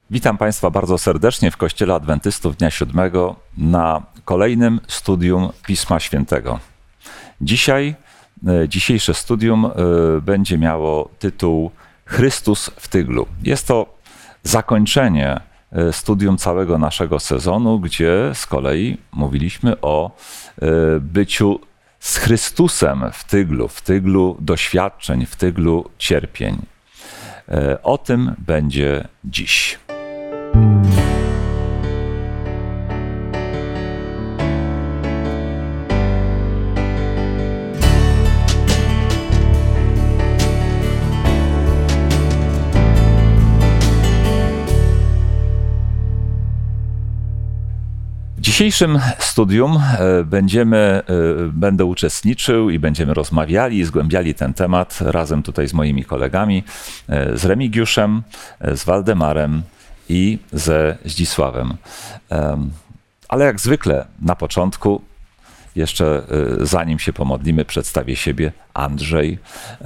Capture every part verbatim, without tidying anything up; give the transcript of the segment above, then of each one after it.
Witam Państwa bardzo serdecznie w Kościele Adwentystów Dnia Siódmego na kolejnym studium Pisma Świętego. Dzisiaj, dzisiejsze studium będzie miało tytuł Chrystus w tyglu. Jest to zakończenie studium całego naszego sezonu, gdzie z kolei mówiliśmy o byciu z Chrystusem w tyglu, w tyglu doświadczeń, w tyglu cierpień. O tym będzie dziś. W dzisiejszym studium będziemy, będę uczestniczył i będziemy rozmawiali i zgłębiali ten temat razem tutaj z moimi kolegami, z Remigiuszem, z Waldemarem i ze Zdzisławem. Ale jak zwykle na początku, jeszcze zanim się pomodlimy, przedstawię siebie, Andrzej.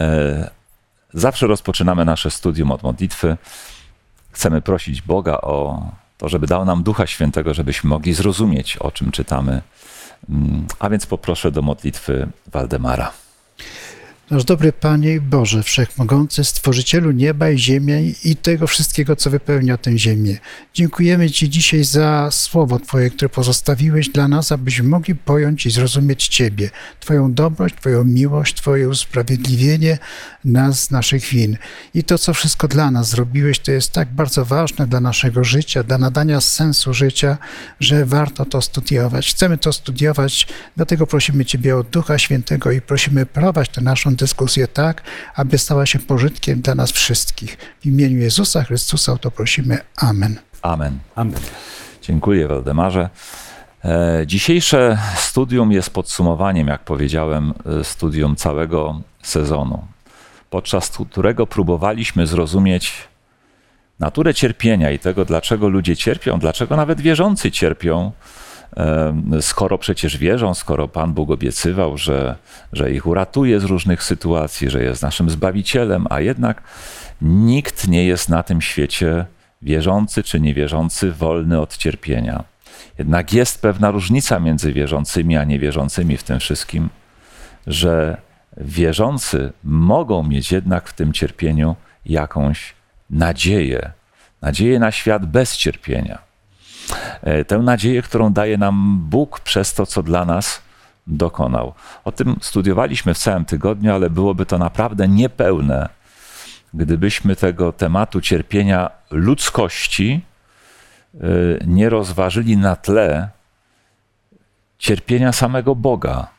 Zawsze rozpoczynamy nasze studium od modlitwy. Chcemy prosić Boga o to, żeby dał nam Ducha Świętego, żebyśmy mogli zrozumieć, o czym czytamy. A więc poproszę do modlitwy Waldemara. Nasz dobry Panie i Boże, Wszechmogący, Stworzycielu nieba i ziemi i tego wszystkiego, co wypełnia tę ziemię. Dziękujemy Ci dzisiaj za słowo Twoje, które pozostawiłeś dla nas, abyśmy mogli pojąć i zrozumieć Ciebie, Twoją dobroć, Twoją miłość, Twoje usprawiedliwienie nas z naszych win. I to, co wszystko dla nas zrobiłeś, to jest tak bardzo ważne dla naszego życia, dla nadania sensu życia, że warto to studiować. Chcemy to studiować, dlatego prosimy Ciebie o Ducha Świętego i prosimy prowadzić tę naszą dyskusję tak, aby stała się pożytkiem dla nas wszystkich. W imieniu Jezusa Chrystusa o to prosimy. Amen. Amen. Amen. Dziękuję, Waldemarze. E, dzisiejsze studium jest podsumowaniem, jak powiedziałem, studium całego sezonu, podczas którego próbowaliśmy zrozumieć naturę cierpienia i tego, dlaczego ludzie cierpią, dlaczego nawet wierzący cierpią, skoro przecież wierzą, skoro Pan Bóg obiecywał, że, że ich uratuje z różnych sytuacji, że jest naszym Zbawicielem, a jednak nikt nie jest na tym świecie, wierzący czy niewierzący, wolny od cierpienia. Jednak jest pewna różnica między wierzącymi a niewierzącymi w tym wszystkim, że wierzący mogą mieć jednak w tym cierpieniu jakąś nadzieję, nadzieję na świat bez cierpienia. Tę nadzieję, którą daje nam Bóg przez to, co dla nas dokonał. O tym studiowaliśmy w całym tygodniu, ale byłoby to naprawdę niepełne, gdybyśmy tego tematu cierpienia ludzkości nie rozważyli na tle cierpienia samego Boga.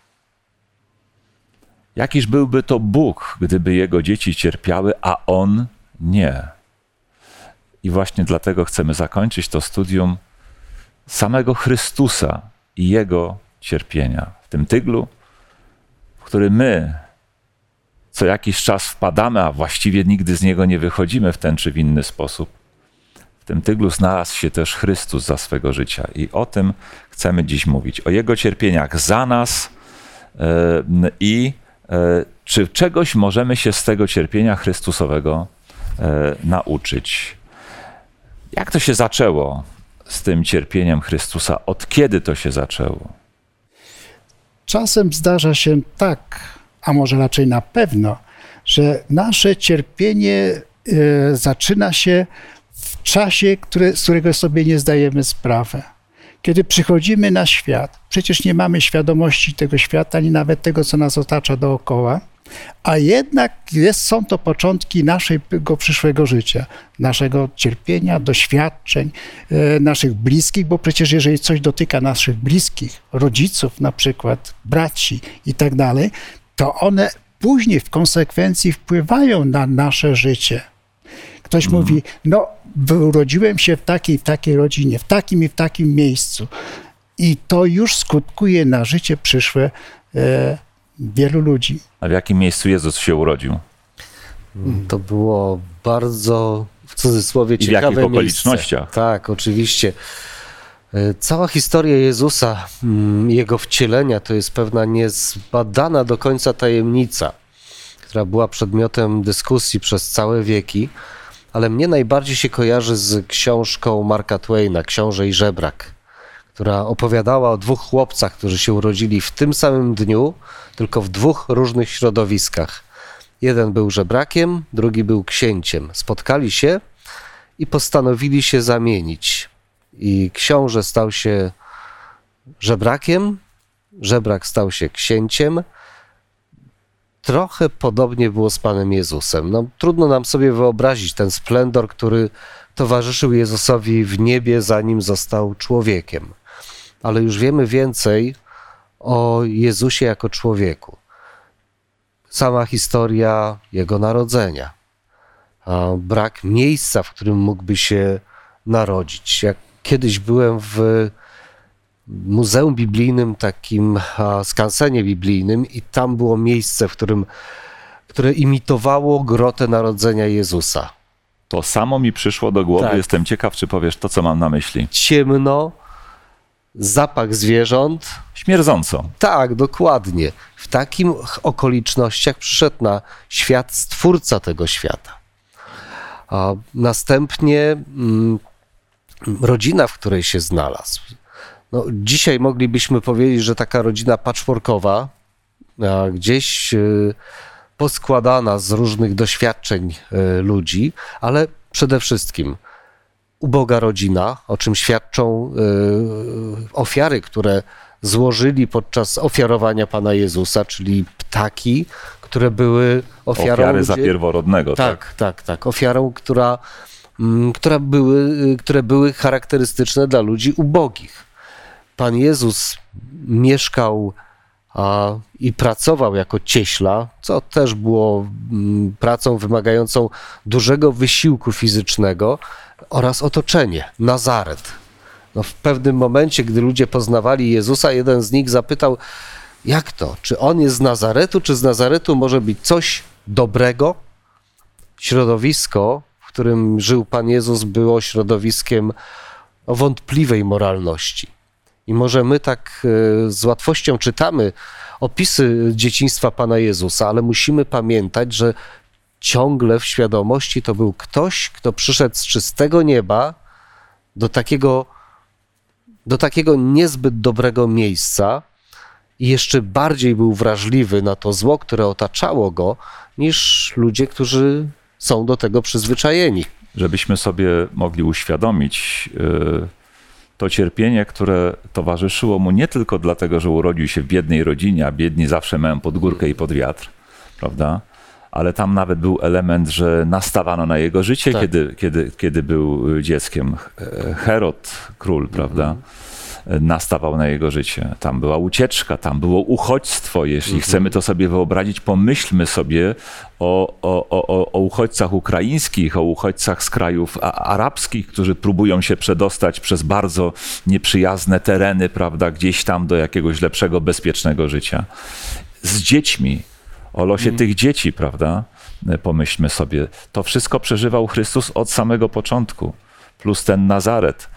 Jakiż byłby to Bóg, gdyby Jego dzieci cierpiały, a On nie. I właśnie dlatego chcemy zakończyć to studium samego Chrystusa i Jego cierpienia. W tym tyglu, w który my co jakiś czas wpadamy, a właściwie nigdy z niego nie wychodzimy w ten czy w inny sposób. W tym tyglu znalazł się też Chrystus za swego życia i o tym chcemy dziś mówić. O Jego cierpieniach za nas yy, i yy, czy czegoś możemy się z tego cierpienia Chrystusowego yy, nauczyć. Jak to się zaczęło z tym cierpieniem Chrystusa? Od kiedy to się zaczęło? Czasem zdarza się tak, a może raczej na pewno, że nasze cierpienie y, zaczyna się w czasie, który, z którego sobie nie zdajemy sprawy. Kiedy przychodzimy na świat, przecież nie mamy świadomości tego świata, ani nawet tego, co nas otacza dookoła, a jednak jest, są to początki naszego przyszłego życia, naszego cierpienia, doświadczeń, e, naszych bliskich, bo przecież jeżeli coś dotyka naszych bliskich, rodziców na przykład, braci i tak dalej, to one później w konsekwencji wpływają na nasze życie. Ktoś mm. mówi, no urodziłem się w takiej w takiej rodzinie, w takim i w takim miejscu i to już skutkuje na życie przyszłe e, wielu ludzi. A w jakim miejscu Jezus się urodził? To było bardzo, w cudzysłowie, ciekawe miejsce. I w jakich okolicznościach? Tak, oczywiście. Cała historia Jezusa, Jego wcielenia, to jest pewna niezbadana do końca tajemnica, która była przedmiotem dyskusji przez całe wieki. ale mnie najbardziej się kojarzy z książką Marka Twaina, Książę i żebrak, która opowiadała o dwóch chłopcach, którzy się urodzili w tym samym dniu, tylko w dwóch różnych środowiskach. Jeden był żebrakiem, drugi był księciem. Spotkali się i postanowili się zamienić. I książę stał się żebrakiem, żebrak stał się księciem. Trochę podobnie było z Panem Jezusem. No, trudno nam sobie wyobrazić ten splendor, który towarzyszył Jezusowi w niebie, zanim został człowiekiem. Ale już wiemy więcej o Jezusie jako człowieku. Sama historia Jego narodzenia, brak miejsca, w którym mógłby się narodzić. Jak kiedyś byłem w Muzeum Biblijnym, takim skansenie biblijnym i tam było miejsce, w którym, które imitowało grotę narodzenia Jezusa. To samo mi przyszło do głowy. Tak. Jestem ciekaw, czy powiesz to, co mam na myśli. Ciemno, zapach zwierząt. Śmierdząco. Tak, dokładnie. W takich okolicznościach przyszedł na świat Stwórca tego świata. A następnie mm, rodzina, w której się znalazł. No, dzisiaj moglibyśmy powiedzieć, że taka rodzina patchworkowa, a gdzieś y, poskładana z różnych doświadczeń y, ludzi, ale przede wszystkim uboga rodzina, o czym świadczą y, ofiary, które złożyli podczas ofiarowania Pana Jezusa, czyli ptaki, które były ofiarą... Ofiary za pierworodnego, tak? Tak, tak, tak. Ofiarą, która, m, która były, które były charakterystyczne dla ludzi ubogich. Pan Jezus mieszkał a, i pracował jako cieśla, co też było m, pracą wymagającą dużego wysiłku fizycznego oraz otoczenie, Nazaret. No, w pewnym momencie, gdy ludzie poznawali Jezusa, jeden z nich zapytał, jak to? Czy On jest z Nazaretu? Czy z Nazaretu może być coś dobrego? Środowisko, w którym żył Pan Jezus, było środowiskiem o wątpliwej moralności. I może my tak z łatwością czytamy opisy dzieciństwa Pana Jezusa, ale musimy pamiętać, że ciągle w świadomości to był ktoś, kto przyszedł z czystego nieba do takiego, do takiego niezbyt dobrego miejsca i jeszcze bardziej był wrażliwy na to zło, które otaczało go, niż ludzie, którzy są do tego przyzwyczajeni. Żebyśmy sobie mogli uświadomić yy... to cierpienie, które towarzyszyło mu nie tylko dlatego, że urodził się w biednej rodzinie, a biedni zawsze mają pod górkę i pod wiatr, prawda? Ale tam nawet był element, że nastawano na jego życie, tak. kiedy, kiedy, kiedy był dzieckiem. Herod, król, prawda? Nastawał na jego życie. Tam była ucieczka, tam było uchodźstwo. Jeśli mhm. chcemy to sobie wyobrazić, pomyślmy sobie o, o, o, o uchodźcach ukraińskich, o uchodźcach z krajów arabskich, którzy próbują się przedostać przez bardzo nieprzyjazne tereny, prawda, gdzieś tam do jakiegoś lepszego, bezpiecznego życia. Z dziećmi, o losie mhm. tych dzieci, prawda, pomyślmy sobie. To wszystko przeżywał Chrystus od samego początku, plus ten Nazaret.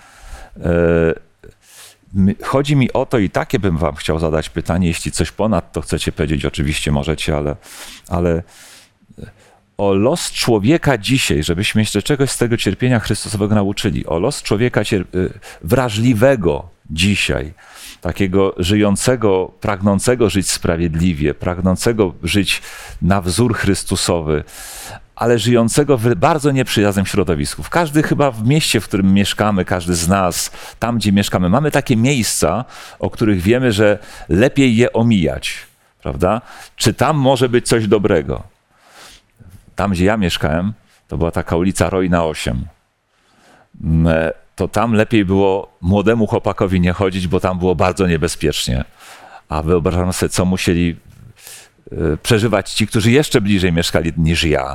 Chodzi mi o to i takie bym wam chciał zadać pytanie, jeśli coś ponad to chcecie powiedzieć, oczywiście możecie, ale, ale o los człowieka dzisiaj, żebyśmy jeszcze czegoś z tego cierpienia Chrystusowego nauczyli, o los człowieka wrażliwego dzisiaj, takiego żyjącego, pragnącego żyć sprawiedliwie, pragnącego żyć na wzór Chrystusowy, ale żyjącego w bardzo nieprzyjaznym środowisku. Każdy chyba w mieście, w którym mieszkamy, każdy z nas, tam gdzie mieszkamy, mamy takie miejsca, o których wiemy, że lepiej je omijać, prawda? Czy tam może być coś dobrego? Tam, gdzie ja mieszkałem, to była taka ulica Rojna osiem. To tam lepiej było młodemu chłopakowi nie chodzić, bo tam było bardzo niebezpiecznie. A wyobrażam sobie, co musieli przeżywać ci, którzy jeszcze bliżej mieszkali niż ja.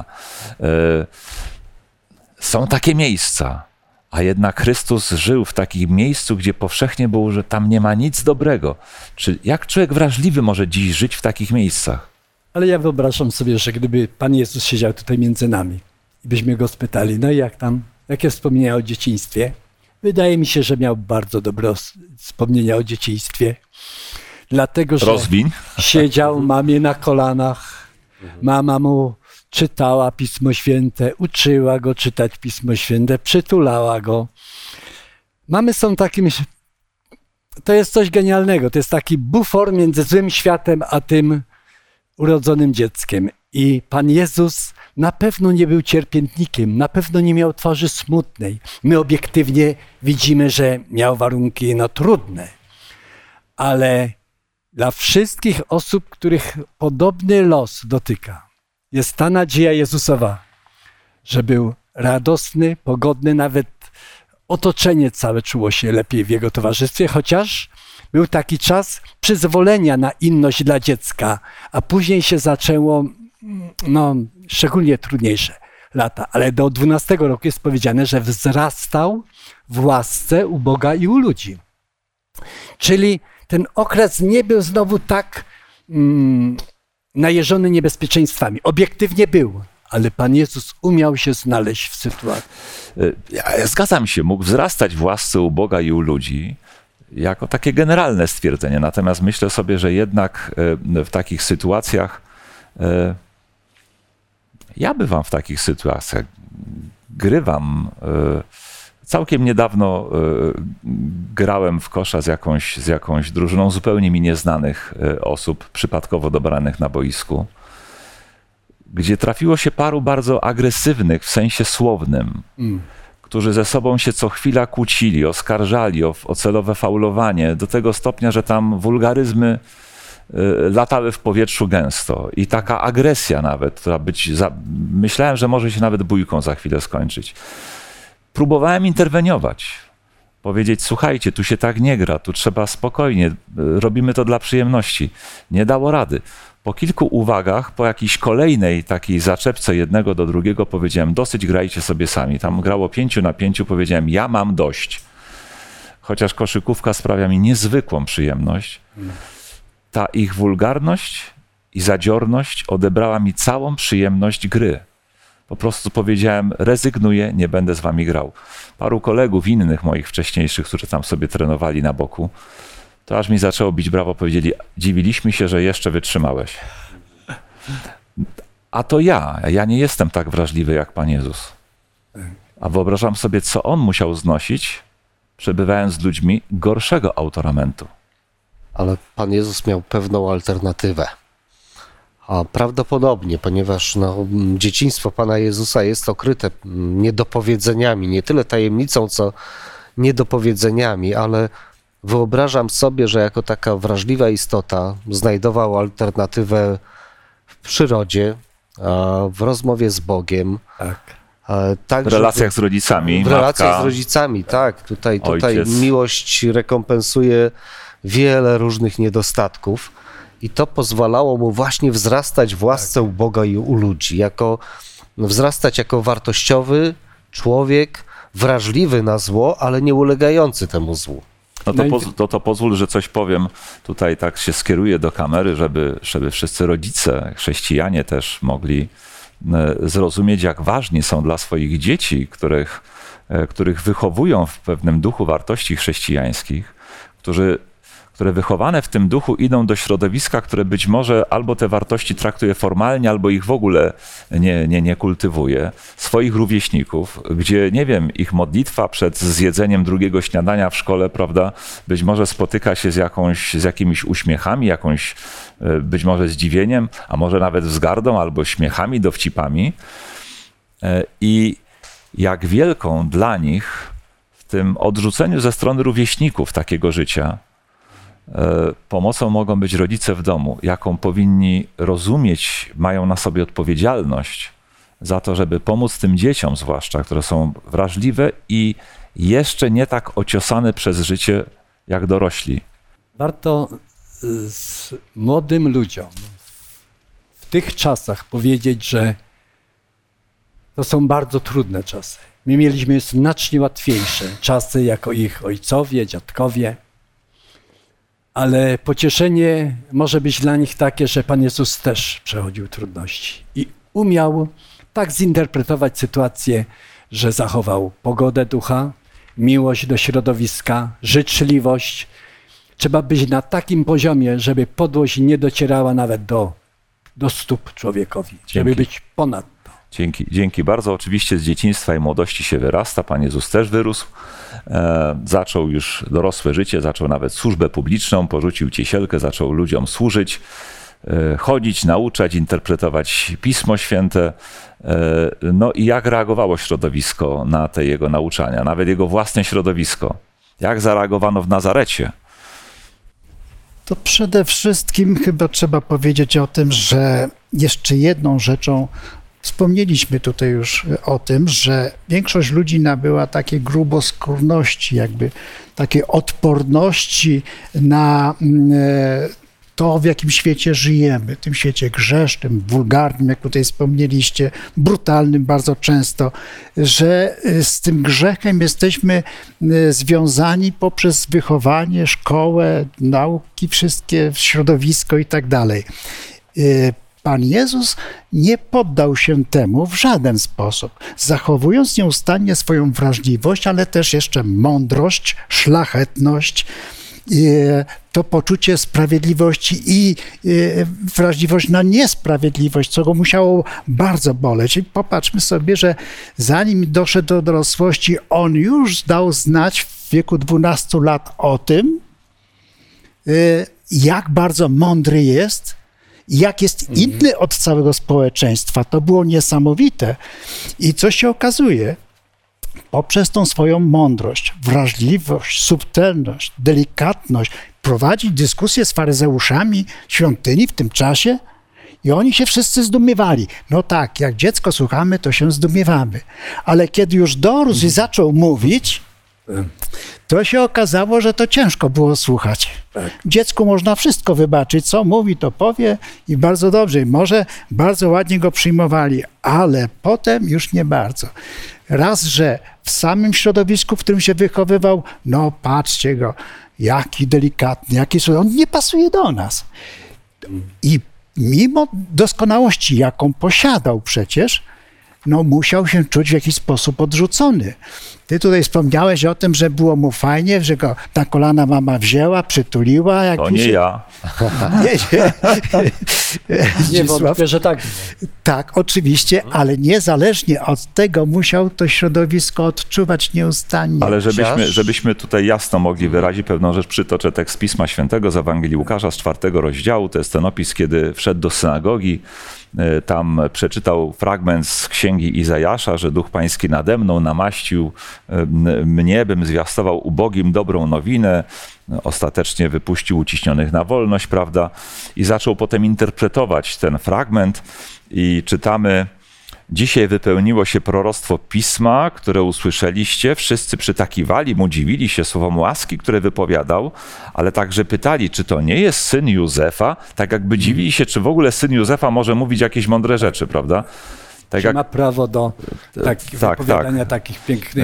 Są takie miejsca, a jednak Chrystus żył w takim miejscu, gdzie powszechnie było, że tam nie ma nic dobrego. Czy jak człowiek wrażliwy może dziś żyć w takich miejscach? Ale ja wyobrażam sobie, że gdyby Pan Jezus siedział tutaj między nami i byśmy go spytali, no i jak tam, jakie wspomnienia o dzieciństwie? Wydaje mi się, że miał bardzo dobre wspomnienia o dzieciństwie. Dlatego, że Rozwiń. siedział mamie na kolanach, mama mu czytała Pismo Święte, uczyła go czytać Pismo Święte, przytulała go. Mamy są takim, to jest coś genialnego, to jest taki bufor między złym światem a tym urodzonym dzieckiem. I Pan Jezus na pewno nie był cierpiętnikiem, na pewno nie miał twarzy smutnej. My obiektywnie widzimy, że miał warunki no, trudne, ale dla wszystkich osób, których podobny los dotyka, jest ta nadzieja Jezusowa, że był radosny, pogodny, nawet otoczenie całe czuło się lepiej w jego towarzystwie, chociaż był taki czas przyzwolenia na inność dla dziecka, a później się zaczęło no, szczególnie trudniejsze lata. Ale do dwunastego roku jest powiedziane, że wzrastał w łasce u Boga i u ludzi. Czyli ten okres nie był znowu tak mm, najeżony niebezpieczeństwami. Obiektywnie był, ale Pan Jezus umiał się znaleźć w sytuacji. Ja zgadzam się, mógł wzrastać w łasce u Boga i u ludzi, jako takie generalne stwierdzenie. Natomiast myślę sobie, że jednak w takich sytuacjach, ja bywam w takich sytuacjach, grywam. Całkiem niedawno grałem w kosza z jakąś, z jakąś drużyną zupełnie mi nieznanych osób, przypadkowo dobranych na boisku, gdzie trafiło się paru bardzo agresywnych w sensie słownym, mm. którzy ze sobą się co chwila kłócili, oskarżali o, o celowe faulowanie, do tego stopnia, że tam wulgaryzmy y, latały w powietrzu gęsto. I taka agresja nawet, która być, za, myślałem, że może się nawet bójką za chwilę skończyć. Próbowałem interweniować, powiedzieć, słuchajcie, tu się tak nie gra, tu trzeba spokojnie, robimy to dla przyjemności. Nie dało rady. Po kilku uwagach, po jakiejś kolejnej takiej zaczepce jednego do drugiego powiedziałem, dosyć, grajcie sobie sami. Tam grało pięciu na pięciu, powiedziałem, ja mam dość. Chociaż koszykówka sprawia mi niezwykłą przyjemność, ta ich wulgarność i zadziorność odebrała mi całą przyjemność gry. Po prostu powiedziałem, rezygnuję, nie będę z wami grał. Paru kolegów innych moich wcześniejszych, którzy tam sobie trenowali na boku, to aż mi zaczęło bić brawo, powiedzieli, dziwiliśmy się, że jeszcze wytrzymałeś. A to ja, ja nie jestem tak wrażliwy jak Pan Jezus. A wyobrażam sobie, co On musiał znosić, przebywając z ludźmi gorszego autoramentu. Ale Pan Jezus miał pewną alternatywę. A prawdopodobnie, ponieważ no, dzieciństwo Pana Jezusa jest okryte niedopowiedzeniami, nie tyle tajemnicą, co niedopowiedzeniami, ale wyobrażam sobie, że jako taka wrażliwa istota znajdował alternatywę w przyrodzie, w rozmowie z Bogiem. Tak. Tak, w relacjach z rodzicami. W relacjach matka, z rodzicami, tak. Tutaj, tutaj miłość rekompensuje wiele różnych niedostatków i to pozwalało mu właśnie wzrastać w łasce u Boga i u ludzi. Jako, wzrastać jako wartościowy człowiek, wrażliwy na zło, ale nie ulegający temu złu. No to, poz, to, to pozwól, że coś powiem. Tutaj tak się skieruję do kamery, żeby, żeby wszyscy rodzice, chrześcijanie też mogli zrozumieć, jak ważni są dla swoich dzieci, których, których wychowują w pewnym duchu wartości chrześcijańskich, którzy, które wychowane w tym duchu idą do środowiska, które być może albo te wartości traktuje formalnie, albo ich w ogóle nie, nie, nie kultywuje. Swoich rówieśników, gdzie, nie wiem, ich modlitwa przed zjedzeniem drugiego śniadania w szkole, prawda, być może spotyka się z, jakąś, z jakimiś uśmiechami, jakąś być może zdziwieniem, a może nawet wzgardą, albo śmiechami, dowcipami. I jak wielką dla nich w tym odrzuceniu ze strony rówieśników takiego życia pomocą mogą być rodzice w domu, jaką powinni rozumieć, mają na sobie odpowiedzialność za to, żeby pomóc tym dzieciom zwłaszcza, które są wrażliwe i jeszcze nie tak ociosane przez życie jak dorośli. Warto z młodym ludziom w tych czasach powiedzieć, że to są bardzo trudne czasy. My mieliśmy znacznie łatwiejsze czasy jako ich ojcowie, dziadkowie, ale pocieszenie może być dla nich takie, że Pan Jezus też przechodził trudności i umiał tak zinterpretować sytuację, że zachował pogodę ducha, miłość do środowiska, życzliwość. Trzeba być na takim poziomie, żeby podłość nie docierała nawet do do stóp człowiekowi, Dzięki. żeby być ponad to. Dzięki, dzięki bardzo. Oczywiście z dzieciństwa i młodości się wyrasta. Pan Jezus też wyrósł. E, zaczął już dorosłe życie, zaczął nawet służbę publiczną, porzucił ciesielkę, zaczął ludziom służyć, e, chodzić, nauczać, interpretować Pismo Święte. E, no i jak reagowało środowisko na te jego nauczania, nawet jego własne środowisko? Jak zareagowano w Nazarecie? To przede wszystkim chyba trzeba powiedzieć o tym, że jeszcze jedną rzeczą, wspomnieliśmy tutaj już o tym, że większość ludzi nabyła takiej gruboskórności, jakby takiej odporności na to, w jakim świecie żyjemy, tym świecie grzesznym, wulgarnym, jak tutaj wspomnieliście, brutalnym bardzo często, że z tym grzechem jesteśmy związani poprzez wychowanie, szkołę, nauki, wszystkie środowisko i tak dalej. Pan Jezus nie poddał się temu w żaden sposób, zachowując nieustannie swoją wrażliwość, ale też jeszcze mądrość, szlachetność, to poczucie sprawiedliwości i wrażliwość na niesprawiedliwość, co go musiało bardzo boleć. I popatrzmy sobie, że zanim doszedł do dorosłości, on już dał znać w wieku dwunastu lat o tym, jak bardzo mądry jest, jak jest inny od całego społeczeństwa. To było niesamowite. I co się okazuje? Poprzez tą swoją mądrość, wrażliwość, subtelność, delikatność prowadzić dyskusję z faryzeuszami świątyni w tym czasie i oni się wszyscy zdumiewali. No tak, jak dziecko słuchamy, to się zdumiewamy. Ale kiedy już dorósł i zaczął mówić, to się okazało, że to ciężko było słuchać. Tak. Dziecku można wszystko wybaczyć, co mówi, to powie i bardzo dobrze. I może bardzo ładnie go przyjmowali, ale potem już nie bardzo. Raz, że w samym środowisku, w którym się wychowywał, no patrzcie go, jaki delikatny, jaki słowo, on nie pasuje do nas. I mimo doskonałości, jaką posiadał przecież, no musiał się czuć w jakiś sposób odrzucony. Ty tutaj wspomniałeś o tym, że było mu fajnie, że go na kolana mama wzięła, przytuliła. Jak to nie się... ja. Nie, nie. Nie wątpię, że tak. Tak, oczywiście, ale niezależnie od tego musiał to środowisko odczuwać nieustannie. Ale żebyśmy, żebyśmy tutaj jasno mogli wyrazić pewną rzecz, przytoczę tekst Pisma Świętego z Ewangelii Łukasza z czwartego rozdziału. To jest ten opis, kiedy wszedł do synagogi. Tam przeczytał fragment z księgi Izajasza, że Duch Pański nade mną namaścił mnie, bym zwiastował ubogim dobrą nowinę. Ostatecznie wypuścił uciśnionych na wolność, prawda? I zaczął potem interpretować ten fragment i czytamy: dzisiaj wypełniło się proroctwo Pisma, które usłyszeliście. Wszyscy przytakiwali mu, dziwili się słowom łaski, które wypowiadał, ale także pytali, czy to nie jest syn Józefa? Tak jakby dziwili się, czy w ogóle syn Józefa może mówić jakieś mądre rzeczy, prawda? Tak jak... ma prawo do tak, tak, wypowiadania tak. takich pięknych...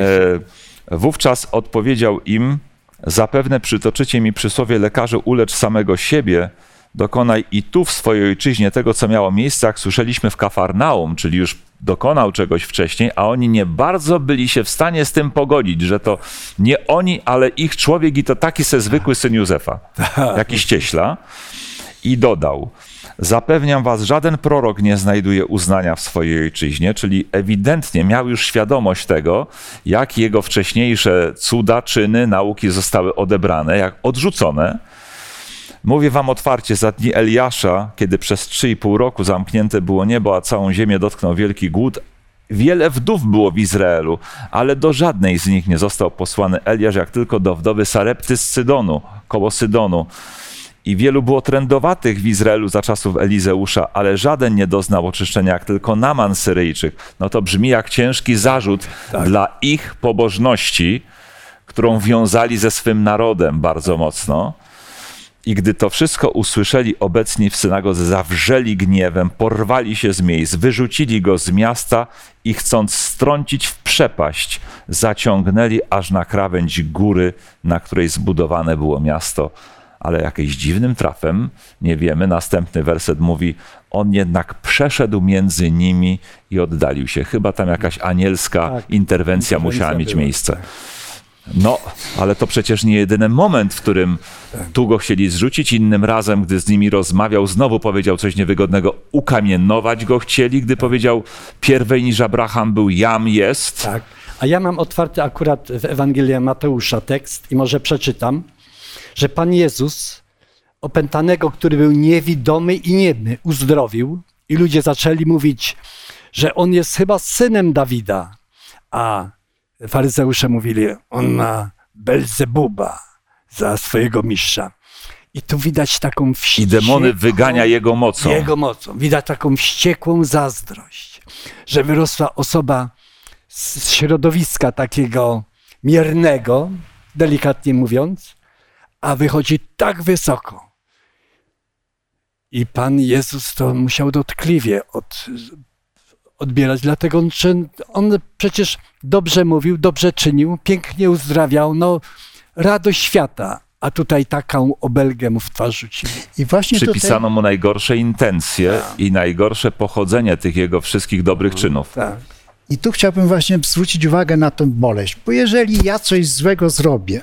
E, wówczas odpowiedział im: zapewne przytoczycie mi przysłowie: lekarzu, ulecz samego siebie, dokonaj i tu w swojej ojczyźnie tego, co miało miejsce, jak słyszeliśmy w Kafarnaum, czyli już dokonał czegoś wcześniej, a oni nie bardzo byli się w stanie z tym pogodzić, że to nie oni, ale ich człowiek i to taki se zwykły syn Józefa, jakiś cieśla. I dodał: zapewniam was, żaden prorok nie znajduje uznania w swojej ojczyźnie, czyli ewidentnie miał już świadomość tego, jak jego wcześniejsze cuda, czyny, nauki zostały odebrane, jak odrzucone. Mówię wam otwarcie, za dni Eliasza, kiedy przez trzy i pół roku zamknięte było niebo, a całą ziemię dotknął wielki głód, wiele wdów było w Izraelu, ale do żadnej z nich nie został posłany Eliasz, jak tylko do wdowy Sarepty z Sydonu, koło Sydonu. I wielu było trędowatych w Izraelu za czasów Elizeusza, ale żaden nie doznał oczyszczenia, jak tylko Naman Syryjczyk. No to brzmi jak ciężki zarzut tak. dla ich pobożności, którą wiązali ze swym narodem bardzo mocno. I gdy to wszystko usłyszeli, obecni w synagodze zawrzeli gniewem, porwali się z miejsc, wyrzucili go z miasta i chcąc strącić w przepaść, zaciągnęli aż na krawędź góry, na której zbudowane było miasto. Ale jakimś dziwnym trafem, nie wiemy, następny werset mówi: on jednak przeszedł między nimi i oddalił się. Chyba tam jakaś anielska tak, interwencja musiała mieć była, miejsce. Tak. No, ale to przecież nie jedyny moment, w którym tu go chcieli zrzucić. Innym razem, gdy z nimi rozmawiał, znowu powiedział coś niewygodnego. Ukamienować go chcieli, gdy powiedział pierwej niż Abraham był, jam jest. Tak. A ja mam otwarty akurat w Ewangelii Mateusza tekst i może przeczytam, że Pan Jezus opętanego, który był niewidomy i niemy, uzdrowił i ludzie zaczęli mówić, że on jest chyba synem Dawida, a faryzeusze mówili, on ma Belzebuba za swojego mistrza. I tu widać taką wściekłą... I demony wygania jego mocą. Jego mocą. Widać taką wściekłą zazdrość, że wyrosła osoba z środowiska takiego miernego, delikatnie mówiąc, a wychodzi tak wysoko. I Pan Jezus to musiał dotkliwie od, odbierać, dlatego on, on przecież dobrze mówił, dobrze czynił, pięknie uzdrawiał, no radość świata, a tutaj taką obelgę mu w twarz rzucili. I właśnie Przypisano tutaj... mu najgorsze intencje tak. i najgorsze pochodzenie tych jego wszystkich dobrych czynów. Tak. I tu chciałbym właśnie zwrócić uwagę na tę boleść, bo jeżeli ja coś złego zrobię,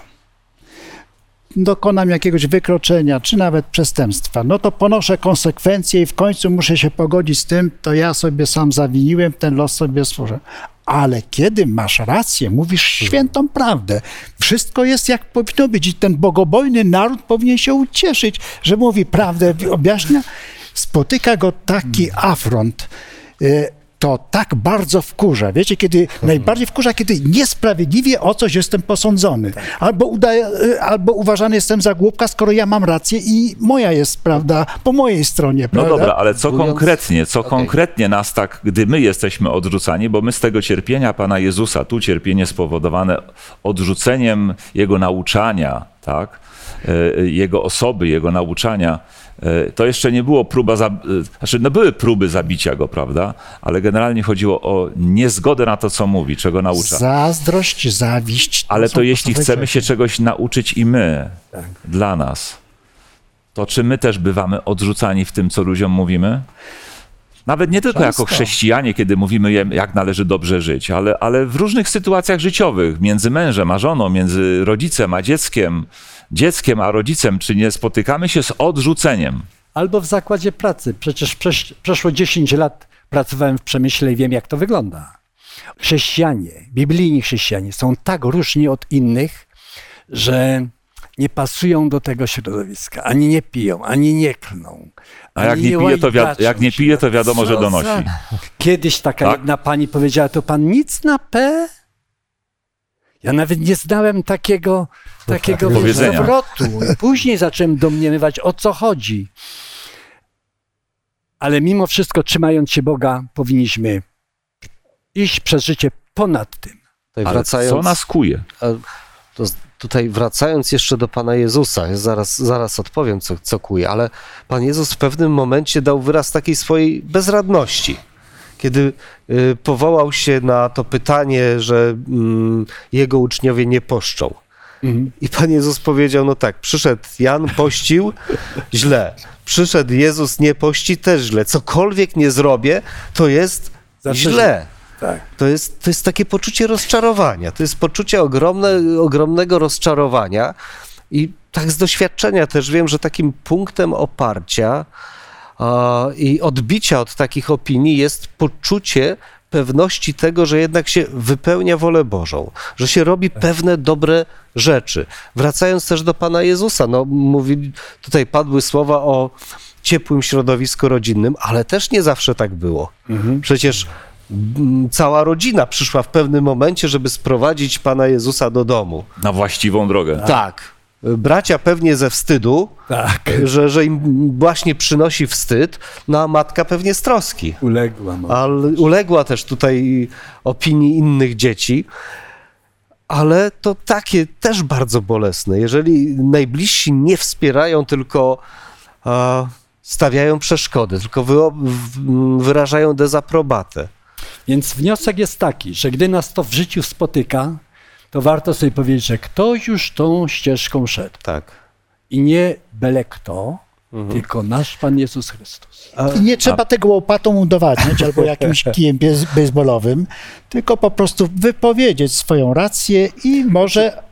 dokonam jakiegoś wykroczenia, czy nawet przestępstwa, no to ponoszę konsekwencje i w końcu muszę się pogodzić z tym, to ja sobie sam zawiniłem, ten los sobie stworzę. Ale kiedy masz rację, mówisz świętą prawdę, wszystko jest jak powinno być i ten bogobojny naród powinien się ucieszyć, że mówi prawdę, objaśnia, spotyka go taki afront, to tak bardzo wkurza. Wiecie, kiedy najbardziej wkurza, kiedy niesprawiedliwie o coś jestem posądzony. Albo, udaję, albo uważany jestem za głupka, skoro ja mam rację i moja jest prawda po mojej stronie. Prawda? No dobra, ale co Mówiąc... konkretnie, co okay. konkretnie nas tak, gdy my jesteśmy odrzucani, bo my z tego cierpienia Pana Jezusa, tu cierpienie spowodowane odrzuceniem Jego nauczania, tak? Jego osoby, Jego nauczania, to jeszcze nie było próba, znaczy no były próby zabicia go, prawda? Ale generalnie chodziło o niezgodę na to, co mówi, czego naucza. Zazdrość, zawiść. To Ale to jeśli chcemy się czegoś nauczyć i my, tak. dla nas, to czy my też bywamy odrzucani w tym, co ludziom mówimy? Nawet nie tylko Często. jako chrześcijanie, kiedy mówimy, jak należy dobrze żyć, ale, ale w różnych sytuacjach życiowych, między mężem a żoną, między rodzicem a dzieckiem, dzieckiem a rodzicem, czy nie spotykamy się z odrzuceniem? Albo w zakładzie pracy. Przecież przeszło dziesięć lat pracowałem w przemyśle i wiem, jak to wygląda. Chrześcijanie, biblijni chrześcijanie są tak różni od innych, że nie pasują do tego środowiska. Ani nie piją, ani nie klną. A jak nie, nie, pije, to wiad- jak nie pije, to wiadomo, że donosi. Kiedyś taka tak? jedna pani powiedziała, to pan nic na P? Ja nawet nie znałem takiego, takiego zawrotu. Później zacząłem domniemywać, o co chodzi. Ale mimo wszystko, trzymając się Boga, powinniśmy iść przez życie ponad tym. Ale wracając, co nas kuje? To tutaj wracając jeszcze do Pana Jezusa, ja zaraz, zaraz odpowiem, co, co kuje, ale Pan Jezus w pewnym momencie dał wyraz takiej swojej bezradności. Kiedy y, powołał się na to pytanie, że y, jego uczniowie nie poszczą. Mhm. I Pan Jezus powiedział, no tak, przyszedł Jan, pościł, źle. Przyszedł Jezus, nie pości, też źle. Cokolwiek nie zrobię, to jest Zawsze źle. Tak. To jest, to jest takie poczucie rozczarowania. To jest poczucie ogromne, ogromnego rozczarowania. I tak z doświadczenia też wiem, że takim punktem oparcia i odbicia od takich opinii jest poczucie pewności tego, że jednak się wypełnia wolę Bożą, że się robi pewne dobre rzeczy. Wracając też do Pana Jezusa, no mówi, tutaj padły słowa o ciepłym środowisku rodzinnym, ale też nie zawsze tak było. Mhm. Przecież cała rodzina przyszła w pewnym momencie, żeby sprowadzić Pana Jezusa do domu. Na właściwą drogę. Tak. Bracia pewnie ze wstydu, tak. że, że im właśnie przynosi wstyd, no a matka pewnie z troski. Uległa. Ale uległa też tutaj opinii innych dzieci, ale to takie też bardzo bolesne. Jeżeli najbliżsi nie wspierają, tylko a, stawiają przeszkody, tylko wy, wyrażają dezaprobatę. Więc wniosek jest taki, że gdy nas to w życiu spotyka, to warto sobie powiedzieć, że ktoś już tą ścieżką szedł. Tak. I nie byle kto, mhm. tylko nasz Pan Jezus Chrystus. A, I nie trzeba a... tego łopatą udowadniać albo jakimś kijem bejsbolowym, tylko po prostu wypowiedzieć swoją rację i może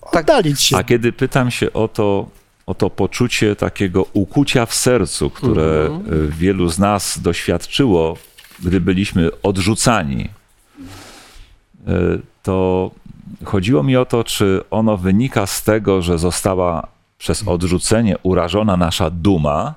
tak, oddalić się. A kiedy pytam się o to, o to poczucie takiego ukucia w sercu, które mhm. wielu z nas doświadczyło, gdy byliśmy odrzucani, to chodziło mi o to, czy ono wynika z tego, że została przez odrzucenie urażona nasza duma,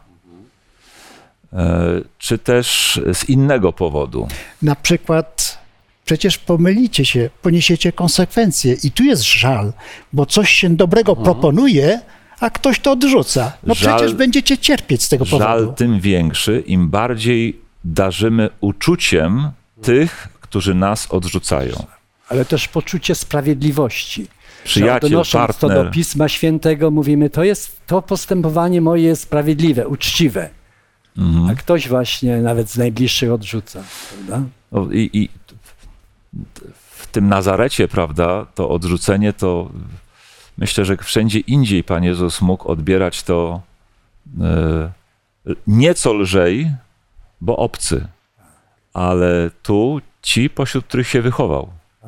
czy też z innego powodu. Na przykład przecież pomylicie się, poniesiecie konsekwencje i tu jest żal, bo coś się dobrego mhm. proponuje, a ktoś to odrzuca. No żal, przecież będziecie cierpieć z tego powodu. Żal tym większy, im bardziej darzymy uczuciem tych, którzy nas odrzucają. Ale też poczucie sprawiedliwości. Przyjaciel, Donosząc partner. to do Pisma Świętego mówimy, to jest to postępowanie moje jest sprawiedliwe, uczciwe. Mhm. A ktoś właśnie nawet z najbliższych odrzuca. Prawda? No i, i w tym Nazarecie, prawda, to odrzucenie to myślę, że wszędzie indziej Pan Jezus mógł odbierać to e, nieco lżej, bo obcy, ale tu ci, pośród których się wychował.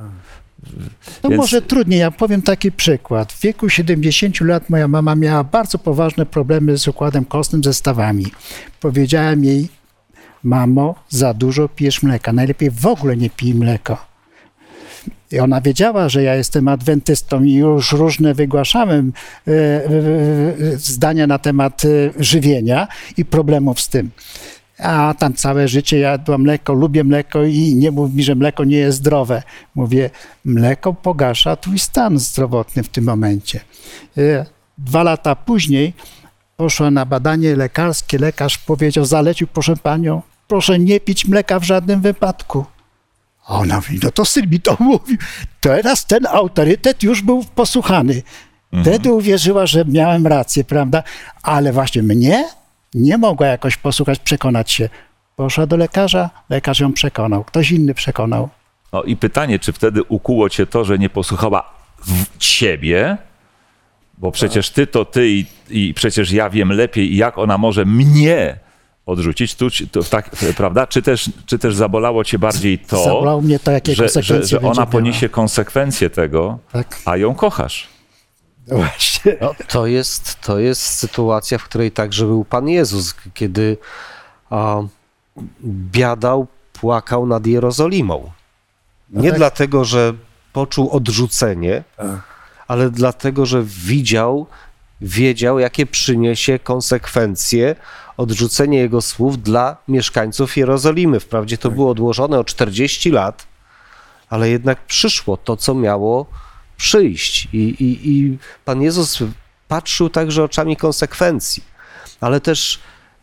No Więc... może trudniej, ja powiem taki przykład. W wieku siedemdziesięciu lat moja mama miała bardzo poważne problemy z układem kostnym, ze stawami. Powiedziałem jej, mamo, za dużo pijesz mleka, najlepiej w ogóle nie pij mleka. I ona wiedziała, że ja jestem adwentystą i już różne wygłaszałem e, e, zdania na temat e, żywienia i problemów z tym. A tam całe życie jadła mleko, lubię mleko i nie mów mi, że mleko nie jest zdrowe. Mówię, mleko pogarsza twój stan zdrowotny w tym momencie. E, dwa lata później poszła na badanie lekarskie. Lekarz powiedział, zalecił, proszę panią, proszę nie pić mleka w żadnym wypadku. A ona mówi, no to syn mi to mówił. Teraz ten autorytet już był posłuchany. Wtedy mhm. uwierzyła, że miałem rację, prawda? Ale właśnie mnie nie mogła jakoś posłuchać, przekonać się. Poszła do lekarza, lekarz ją przekonał. Ktoś inny przekonał. No i pytanie, czy wtedy ukuło cię to, że nie posłuchała w ciebie? Bo przecież ty to ty i, i przecież ja wiem lepiej, jak ona może mnie odrzucić, tu, to, tak, prawda? Czy też, czy też zabolało cię bardziej to, Zabolało mnie to, jakie że, konsekwencje że, że ona miała. poniesie konsekwencje tego, tak. a ją kochasz. No właśnie. No, to, jest, to jest sytuacja, w której także był Pan Jezus, kiedy a, biadał, płakał nad Jerozolimą. No Nie tak. dlatego, że poczuł odrzucenie, tak. ale dlatego, że widział, wiedział, jakie przyniesie konsekwencje odrzucenie jego słów dla mieszkańców Jerozolimy. Wprawdzie to było odłożone o czterdzieści lat, ale jednak przyszło to, co miało przyjść. I, i, i Pan Jezus patrzył także oczami konsekwencji. Ale też,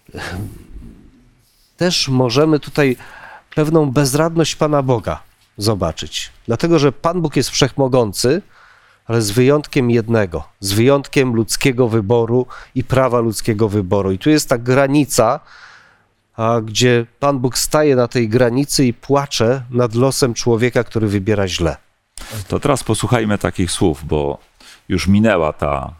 też możemy tutaj pewną bezradność Pana Boga zobaczyć. Dlatego, że Pan Bóg jest wszechmogący, ale z wyjątkiem jednego, z wyjątkiem ludzkiego wyboru i prawa ludzkiego wyboru. I tu jest ta granica, a gdzie Pan Bóg staje na tej granicy i płacze nad losem człowieka, który wybiera źle. To teraz posłuchajmy takich słów, bo już minęła ta,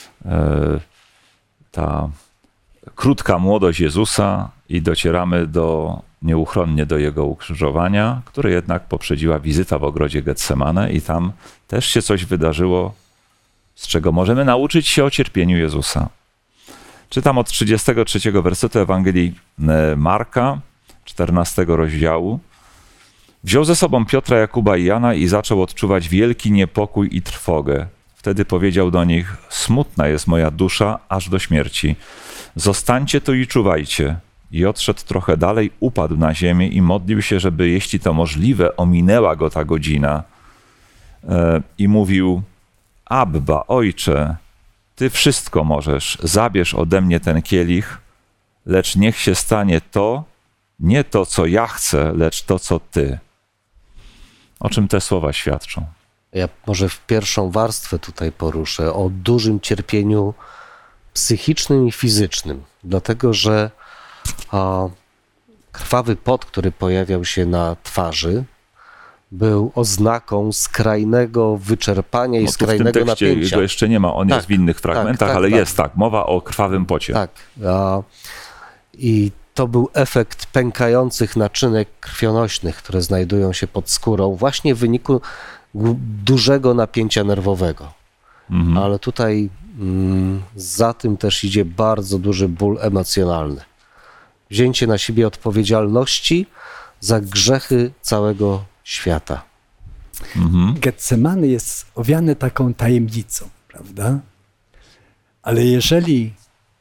ta krótka młodość Jezusa i docieramy do, nieuchronnie do Jego ukrzyżowania, które jednak poprzedziła wizyta w ogrodzie Getsemane i tam też się coś wydarzyło, z czego możemy nauczyć się o cierpieniu Jezusa. Czytam od trzydziestego trzeciego wersetu Ewangelii Marka, czternastego rozdziału. Wziął ze sobą Piotra, Jakuba i Jana i zaczął odczuwać wielki niepokój i trwogę. Wtedy powiedział do nich, smutna jest moja dusza aż do śmierci. Zostańcie tu i czuwajcie. I odszedł trochę dalej, upadł na ziemię i modlił się, żeby, jeśli to możliwe, ominęła go ta godzina. I mówił, Abba, Ojcze, Ty wszystko możesz, zabierz ode mnie ten kielich, lecz niech się stanie to, nie to, co ja chcę, lecz to, co Ty. O czym te słowa świadczą? Ja może w pierwszą warstwę tutaj poruszę, o dużym cierpieniu psychicznym i fizycznym, dlatego że a, krwawy pot, który pojawiał się na twarzy, był oznaką skrajnego wyczerpania i no skrajnego w tym tekście napięcia. Go jeszcze nie ma, on tak, jest w innych fragmentach, tak, tak, ale tak. jest tak, mowa o krwawym pocie. Tak. A, I to był efekt pękających naczynek krwionośnych, które znajdują się pod skórą właśnie w wyniku dużego napięcia nerwowego. mhm. ale tutaj mm, za tym też idzie bardzo duży ból emocjonalny. Wzięcie na siebie odpowiedzialności za grzechy całego świata. Mhm. Getsemany jest owiane taką tajemnicą, prawda? Ale jeżeli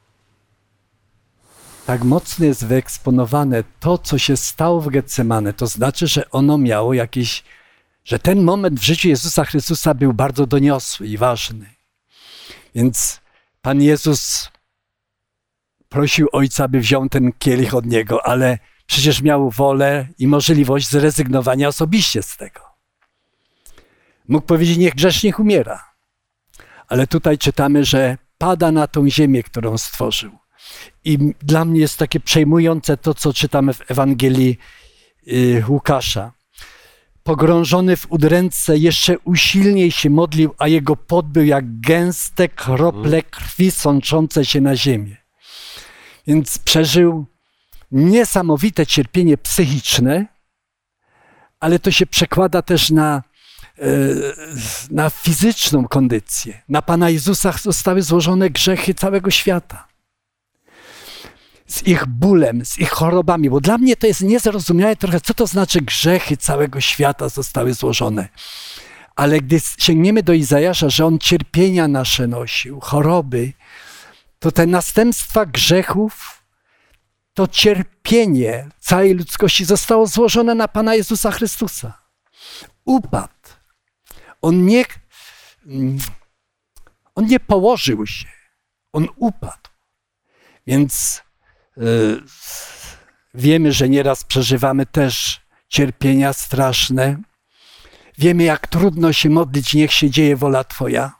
tak mocno jest wyeksponowane to, co się stało w Getsemane, to znaczy, że ono miało jakieś, że ten moment w życiu Jezusa Chrystusa był bardzo doniosły i ważny. Więc Pan Jezus prosił Ojca, by wziął ten kielich od Niego, ale przecież miał wolę i możliwość zrezygnowania osobiście z tego. Mógł powiedzieć, niech grzesznik umiera. Ale tutaj czytamy, że pada na tą ziemię, którą stworzył. I dla mnie jest takie przejmujące to, co czytamy w Ewangelii Łukasza. Pogrążony w udręce jeszcze usilniej się modlił, a jego pot był jak gęste krople krwi sączące się na ziemię. Więc przeżył niesamowite cierpienie psychiczne, ale to się przekłada też na, na fizyczną kondycję. Na Pana Jezusa zostały złożone grzechy całego świata. Z ich bólem, z ich chorobami, bo dla mnie to jest niezrozumiałe trochę, co to znaczy grzechy całego świata zostały złożone. Ale gdy sięgniemy do Izajasza, że on cierpienia nasze nosił, choroby, to te następstwa grzechów, to cierpienie całej ludzkości zostało złożone na Pana Jezusa Chrystusa. Upadł. On nie, on nie położył się. On upadł. Więc yy, wiemy, że nieraz przeżywamy też cierpienia straszne. Wiemy, jak trudno się modlić, niech się dzieje wola Twoja.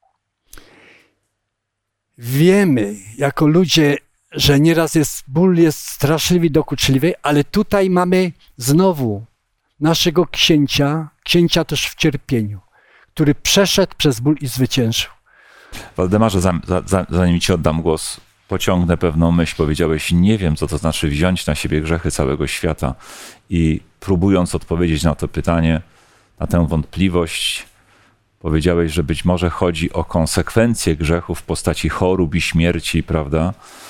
Wiemy, jako ludzie, że nieraz jest ból jest straszliwy, dokuczliwy, ale tutaj mamy znowu naszego księcia, księcia też w cierpieniu, który przeszedł przez ból i zwyciężył. Waldemarze, zanim Ci oddam głos, pociągnę pewną myśl. Powiedziałeś, nie wiem, co to znaczy wziąć na siebie grzechy całego świata. I próbując odpowiedzieć na to pytanie, na tę wątpliwość, powiedziałeś, że być może chodzi o konsekwencje grzechu w postaci chorób i śmierci, prawda?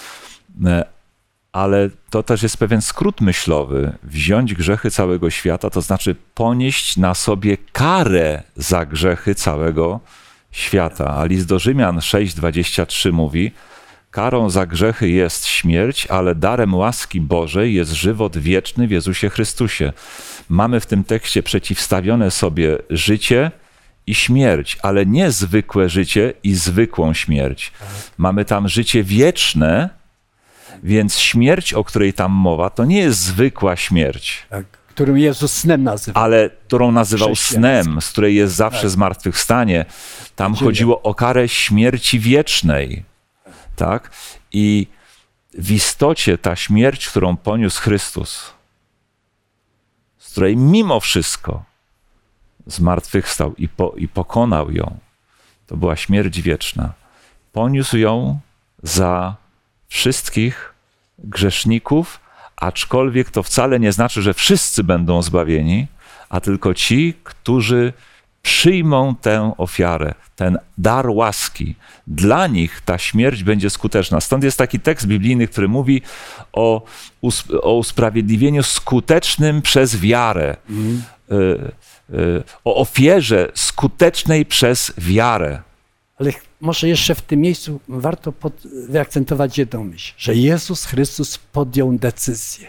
Ale to też jest pewien skrót myślowy. Wziąć grzechy całego świata, to znaczy ponieść na sobie karę za grzechy całego świata. A list do Rzymian sześć dwadzieścia trzy mówi, karą za grzechy jest śmierć, ale darem łaski Bożej jest żywot wieczny w Jezusie Chrystusie. Mamy w tym tekście przeciwstawione sobie życie i śmierć, ale nie zwykłe życie i zwykłą śmierć. Mamy tam życie wieczne, więc śmierć, o której tam mowa, to nie jest zwykła śmierć. Tak, którą Jezus snem nazywał. Ale którą nazywał snem, z której jest zawsze tak. zmartwychwstanie. Tam Dzień. chodziło o karę śmierci wiecznej. Tak? I w istocie ta śmierć, którą poniósł Chrystus, z której mimo wszystko zmartwychwstał i, po, i pokonał ją, to była śmierć wieczna. Poniósł ją za wszystkich grzeszników, aczkolwiek to wcale nie znaczy, że wszyscy będą zbawieni, a tylko ci, którzy przyjmą tę ofiarę, ten dar łaski. Dla nich ta śmierć będzie skuteczna. Stąd jest taki tekst biblijny, który mówi o, o usprawiedliwieniu skutecznym przez wiarę. Mm. O ofierze skutecznej przez wiarę. Ale może jeszcze w tym miejscu warto pod, wyakcentować jedną myśl, że Jezus Chrystus podjął decyzję.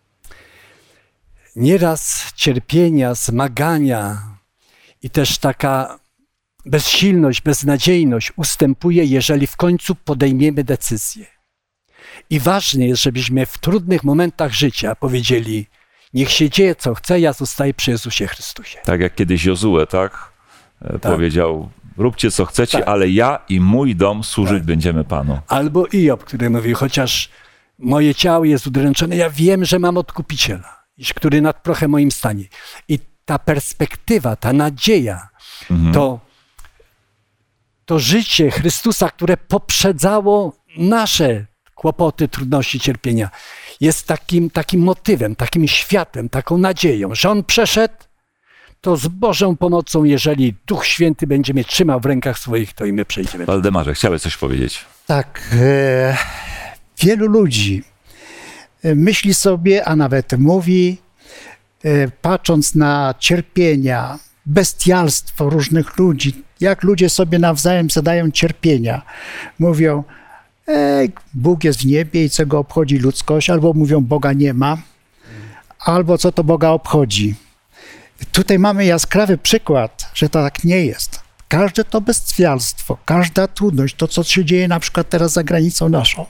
Nieraz cierpienia, zmagania i też taka bezsilność, beznadziejność ustępuje, jeżeli w końcu podejmiemy decyzję. I ważne jest, żebyśmy w trudnych momentach życia powiedzieli, niech się dzieje co chce, ja zostaję przy Jezusie Chrystusie. Tak jak kiedyś Jozue, tak? tak. Powiedział, róbcie co chcecie, tak. ale ja i mój dom służyć tak. będziemy Panu. Albo Iob, który mówił, chociaż moje ciało jest udręczone, ja wiem, że mam Odkupiciela, który nad prochem moim stanie. I ta perspektywa, ta nadzieja, mhm. to, to życie Chrystusa, które poprzedzało nasze kłopoty, trudności, cierpienia, jest takim, takim motywem, takim światłem, taką nadzieją, że On przeszedł, to z Bożą pomocą, jeżeli Duch Święty będzie mnie trzymał w rękach swoich, to i my przejdziemy. Waldemarze, chciałeś coś powiedzieć? Tak. E, wielu ludzi myśli sobie, a nawet mówi, e, patrząc na cierpienia, bestialstwo różnych ludzi, jak ludzie sobie nawzajem zadają cierpienia. Mówią, ej, Bóg jest w niebie i co go obchodzi ludzkość, albo mówią, Boga nie ma, albo co to Boga obchodzi. Tutaj mamy jaskrawy przykład, że to tak nie jest. Każde to bestialstwo, każda trudność, to co się dzieje na przykład teraz za granicą naszą,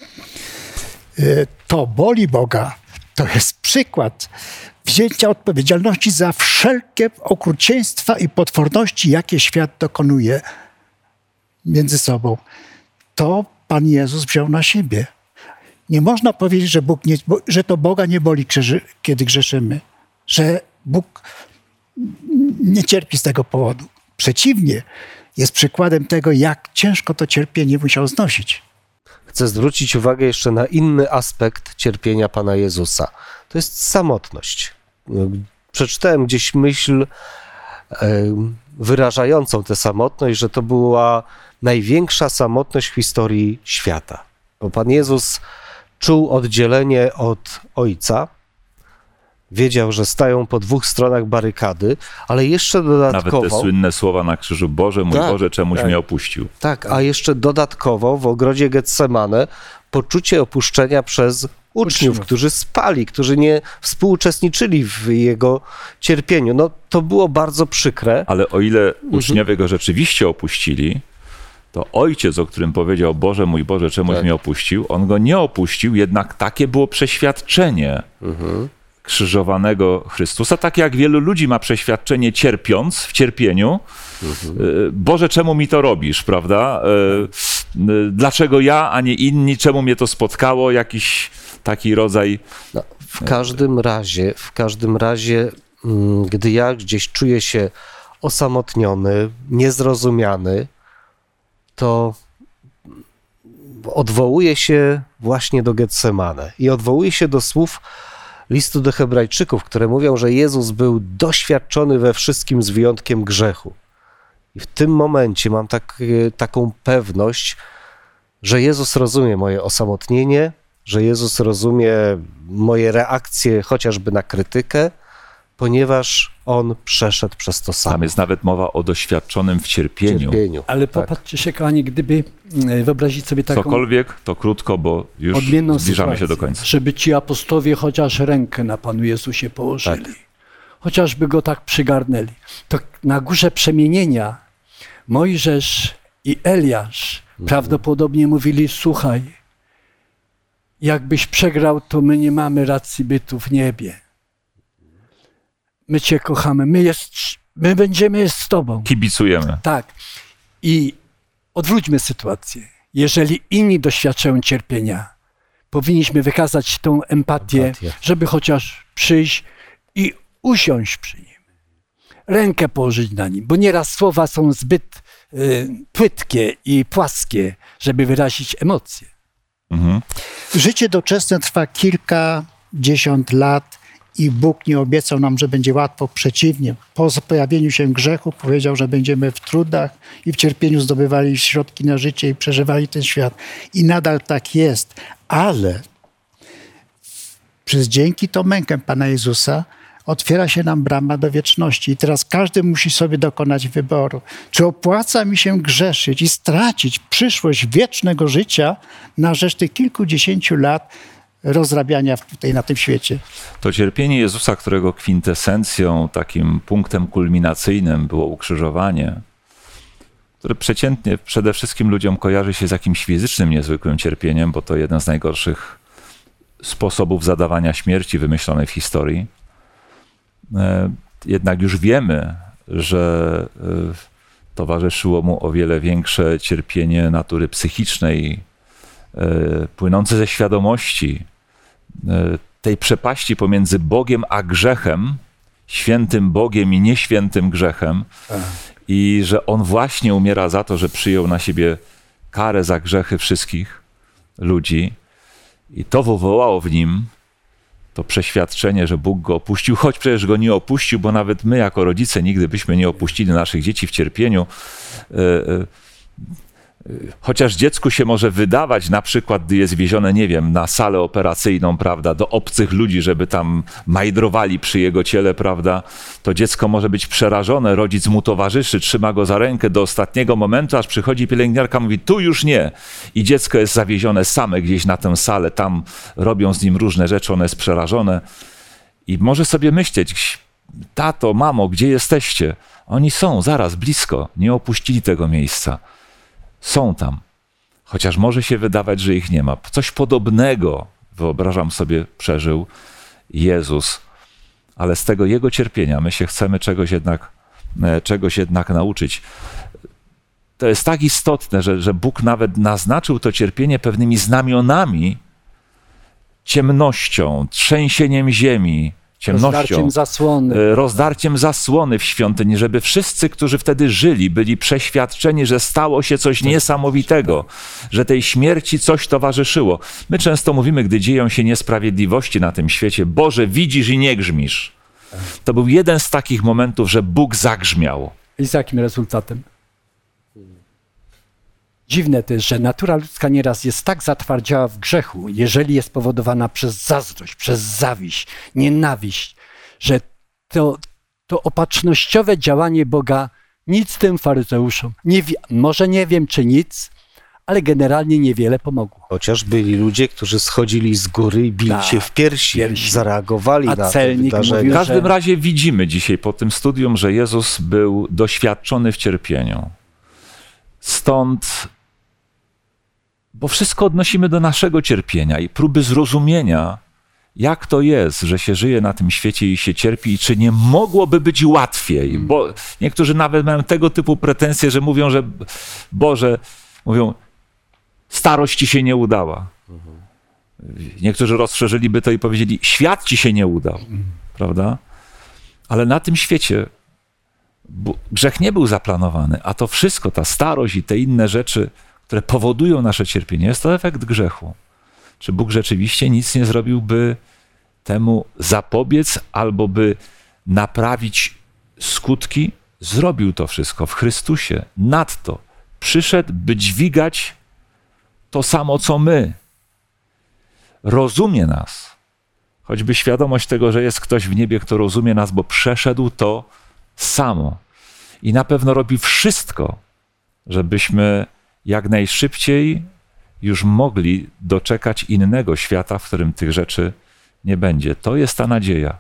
to boli Boga. To jest przykład wzięcia odpowiedzialności za wszelkie okrucieństwa i potworności, jakie świat dokonuje między sobą. To Pan Jezus wziął na siebie. Nie można powiedzieć, że, Bóg nie, że to Boga nie boli, kiedy grzeszymy, że Bóg nie cierpi z tego powodu. Przeciwnie, jest przykładem tego, jak ciężko to cierpienie musiał znosić. Chcę zwrócić uwagę jeszcze na inny aspekt cierpienia Pana Jezusa. To jest samotność. Przeczytałem gdzieś myśl wyrażającą tę samotność, że to była największa samotność w historii świata. Bo Pan Jezus czuł oddzielenie od Ojca, wiedział, że stają po dwóch stronach barykady, ale jeszcze dodatkowo... Nawet te słynne słowa na krzyżu, Boże, mój tak, Boże, czemuś tak. mnie opuścił. Tak, a jeszcze dodatkowo w ogrodzie Getsemane poczucie opuszczenia przez uczniów, Uczniów. którzy spali, którzy nie współuczestniczyli w jego cierpieniu. No to było bardzo przykre. Ale o ile uczniowie go rzeczywiście opuścili, to ojciec, o którym powiedział, Boże, mój Boże, czemuś Tak. mnie opuścił, on go nie opuścił, jednak takie było przeświadczenie Mhm. krzyżowanego Chrystusa, tak jak wielu ludzi ma przeświadczenie cierpiąc, w cierpieniu, y, Boże, czemu mi to robisz, prawda? Y, y, Dlaczego ja, a nie inni, czemu mnie to spotkało? Jakiś taki rodzaj... No, w każdym razie, w każdym razie, mm, gdy ja gdzieś czuję się osamotniony, niezrozumiany, to odwołuję się właśnie do Getsemane i odwołuję się do słów listu do Hebrajczyków, które mówią, że Jezus był doświadczony we wszystkim z wyjątkiem grzechu. I w tym momencie mam tak, taką pewność, że Jezus rozumie moje osamotnienie, że Jezus rozumie moje reakcje chociażby na krytykę, ponieważ On przeszedł przez to sam. Tam jest nawet mowa o doświadczonym w cierpieniu. cierpieniu. Ale Tak. popatrzcie się, kochani, gdyby e, wyobrazić sobie taką Cokolwiek, to krótko, bo już odmienną zbliżamy sytuację, się do końca. żeby ci apostowie chociaż rękę na Panu Jezusie położyli. Tak. Chociażby go tak przygarnęli. To na górze przemienienia Mojżesz i Eliasz Mhm. prawdopodobnie mówili, słuchaj, jakbyś przegrał, to my nie mamy racji bytu w niebie. My Cię kochamy, my, jest, my będziemy z Tobą. Kibicujemy. Tak. I odwróćmy sytuację. Jeżeli inni doświadczają cierpienia, powinniśmy wykazać tą empatię, Empatię. żeby chociaż przyjść i usiąść przy nim. Rękę położyć na nim, bo nieraz słowa są zbyt y, płytkie i płaskie, żeby wyrazić emocje. Mhm. Życie doczesne trwa kilkadziesiąt lat i Bóg nie obiecał nam, że będzie łatwo. Przeciwnie, po pojawieniu się grzechu powiedział, że będziemy w trudach i w cierpieniu zdobywali środki na życie i przeżywali ten świat. I nadal tak jest, ale przez dzięki to mękę Pana Jezusa otwiera się nam brama do wieczności. I teraz każdy musi sobie dokonać wyboru. Czy opłaca mi się grzeszyć i stracić przyszłość wiecznego życia na rzecz tych kilkudziesięciu lat rozrabiania tutaj na tym świecie? To cierpienie Jezusa, którego kwintesencją, takim punktem kulminacyjnym było ukrzyżowanie, które przeciętnie przede wszystkim ludziom kojarzy się z jakimś fizycznym niezwykłym cierpieniem, bo to jeden z najgorszych sposobów zadawania śmierci wymyślonej w historii. Jednak już wiemy, że towarzyszyło mu o wiele większe cierpienie natury psychicznej, płynące ze świadomości tej przepaści pomiędzy Bogiem a grzechem, świętym Bogiem i nieświętym grzechem, i że on właśnie umiera za to, że przyjął na siebie karę za grzechy wszystkich ludzi. I to wywołało w nim to przeświadczenie, że Bóg go opuścił, choć przecież go nie opuścił, bo nawet my jako rodzice nigdy byśmy nie opuścili naszych dzieci w cierpieniu. Chociaż dziecku się może wydawać, na przykład, gdy jest wiezione, nie wiem, na salę operacyjną, prawda, do obcych ludzi, żeby tam majdrowali przy jego ciele, prawda, to dziecko może być przerażone, rodzic mu towarzyszy, trzyma go za rękę do ostatniego momentu, aż przychodzi pielęgniarka, mówi, tu już nie. I dziecko jest zawiezione same gdzieś na tę salę, tam robią z nim różne rzeczy, ono jest przerażone. I może sobie myśleć, tato, mamo, gdzie jesteście? Oni są zaraz, blisko, nie opuścili tego miejsca. Są tam, chociaż może się wydawać, że ich nie ma. Coś podobnego, wyobrażam sobie, przeżył Jezus, ale z tego Jego cierpienia my się chcemy czegoś jednak, czegoś jednak nauczyć. To jest tak istotne, że, że Bóg nawet naznaczył to cierpienie pewnymi znamionami, ciemnością, trzęsieniem ziemi, ciemnością, rozdarciem zasłony. rozdarciem zasłony w świątyni, żeby wszyscy, którzy wtedy żyli, byli przeświadczeni, że stało się coś niesamowitego, że tej śmierci coś towarzyszyło. My często mówimy, gdy dzieją się niesprawiedliwości na tym świecie, Boże, widzisz i nie grzmisz. To był jeden z takich momentów, że Bóg zagrzmiał. I z jakim rezultatem? Dziwne to jest, że natura ludzka nieraz jest tak zatwardziała w grzechu, jeżeli jest powodowana przez zazdrość, przez zawiść, nienawiść, że to, to opatrznościowe działanie Boga nic tym faryzeuszom, nie, może nie wiem czy nic, ale generalnie niewiele pomogło. Chociaż byli ludzie, którzy schodzili z góry i bili tak, się w piersi, piersi. zareagowali A na celnik to mówił, W każdym że... razie widzimy dzisiaj po tym studium, że Jezus był doświadczony w cierpieniu. Stąd, bo wszystko odnosimy do naszego cierpienia i próby zrozumienia, jak to jest, że się żyje na tym świecie i się cierpi i czy nie mogłoby być łatwiej. Bo niektórzy nawet mają tego typu pretensje, że mówią, że Boże, mówią, starość ci się nie udała. Niektórzy rozszerzyliby to i powiedzieli, świat ci się nie udał, prawda? Ale na tym świecie grzech nie był zaplanowany, a to wszystko, ta starość i te inne rzeczy, które powodują nasze cierpienie, jest to efekt grzechu. Czy Bóg rzeczywiście nic nie zrobił, by temu zapobiec albo by naprawić skutki? Zrobił to wszystko w Chrystusie. Nadto przyszedł, by dźwigać to samo, co my. Rozumie nas. Choćby świadomość tego, że jest ktoś w niebie, kto rozumie nas, bo przeszedł to samo. I na pewno robi wszystko, żebyśmy jak najszybciej już mogli doczekać innego świata, w którym tych rzeczy nie będzie. To jest ta nadzieja.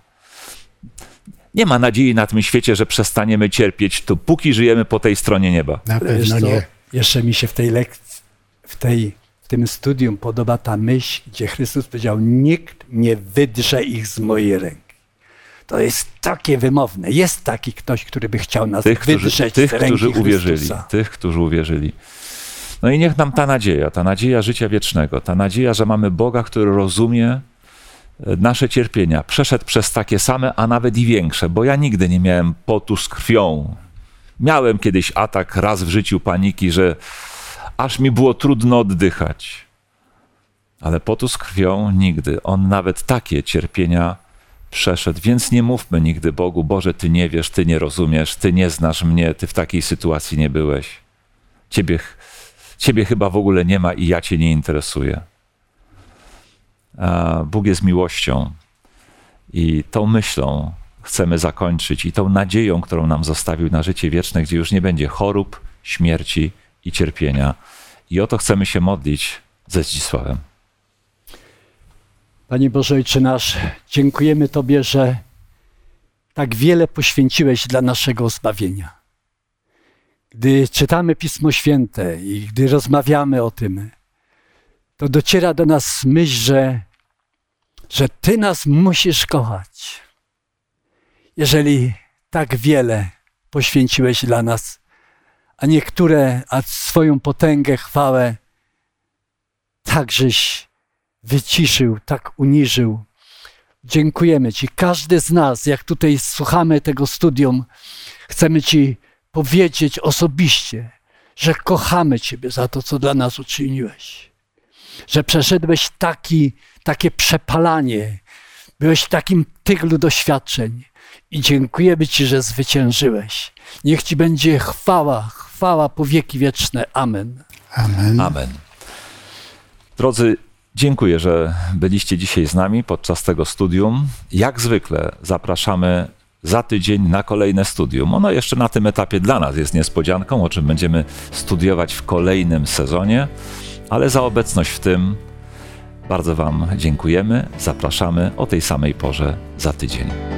Nie ma nadziei na tym świecie, że przestaniemy cierpieć, to póki żyjemy po tej stronie nieba. Na pewno nie. Jeszcze mi się w tej lekcji, w, tej, w tym studium podoba ta myśl, gdzie Chrystus powiedział, nikt nie wydrze ich z mojej ręki. To jest takie wymowne. Jest taki ktoś, który by chciał nas tych, wydrzeć którzy, z tych, ręki którzy uwierzyli, Chrystusa. Tych, którzy uwierzyli. No i niech nam ta nadzieja, ta nadzieja życia wiecznego, ta nadzieja, że mamy Boga, który rozumie nasze cierpienia, przeszedł przez takie same, a nawet i większe, bo ja nigdy nie miałem potu z krwią. Miałem kiedyś atak raz w życiu paniki, że aż mi było trudno oddychać. Ale potu z krwią nigdy. On nawet takie cierpienia przeszedł, więc nie mówmy nigdy Bogu, Boże, Ty nie wiesz, Ty nie rozumiesz, Ty nie znasz mnie, Ty w takiej sytuacji nie byłeś. Ciebie, ciebie chyba w ogóle nie ma i ja Cię nie interesuję. A Bóg jest miłością i tą myślą chcemy zakończyć i tą nadzieją, którą nam zostawił na życie wieczne, gdzie już nie będzie chorób, śmierci i cierpienia. I o to chcemy się modlić ze Zdzisławem. Panie Boże Ojcze nasz, dziękujemy Tobie, że tak wiele poświęciłeś dla naszego zbawienia. Gdy czytamy Pismo Święte i gdy rozmawiamy o tym, to dociera do nas myśl, że, że Ty nas musisz kochać. Jeżeli tak wiele poświęciłeś dla nas, a niektóre, a swoją potęgę, chwałę, tak żeś wyciszył, tak uniżył. Dziękujemy Ci. Każdy z nas, jak tutaj słuchamy tego studium, chcemy Ci powiedzieć osobiście, że kochamy Ciebie za to, co dla nas uczyniłeś. Że przeszedłeś taki, takie przepalanie, Byłeś w takim tyglu doświadczeń i dziękujemy Ci, że zwyciężyłeś. Niech Ci będzie chwała, chwała po wieki wieczne. Amen. Amen. Amen. Drodzy, dziękuję, że byliście dzisiaj z nami podczas tego studium. Jak zwykle zapraszamy za tydzień na kolejne studium. Ono jeszcze na tym etapie dla nas jest niespodzianką, o czym będziemy studiować w kolejnym sezonie, ale za obecność w tym bardzo Wam dziękujemy. Zapraszamy o tej samej porze za tydzień.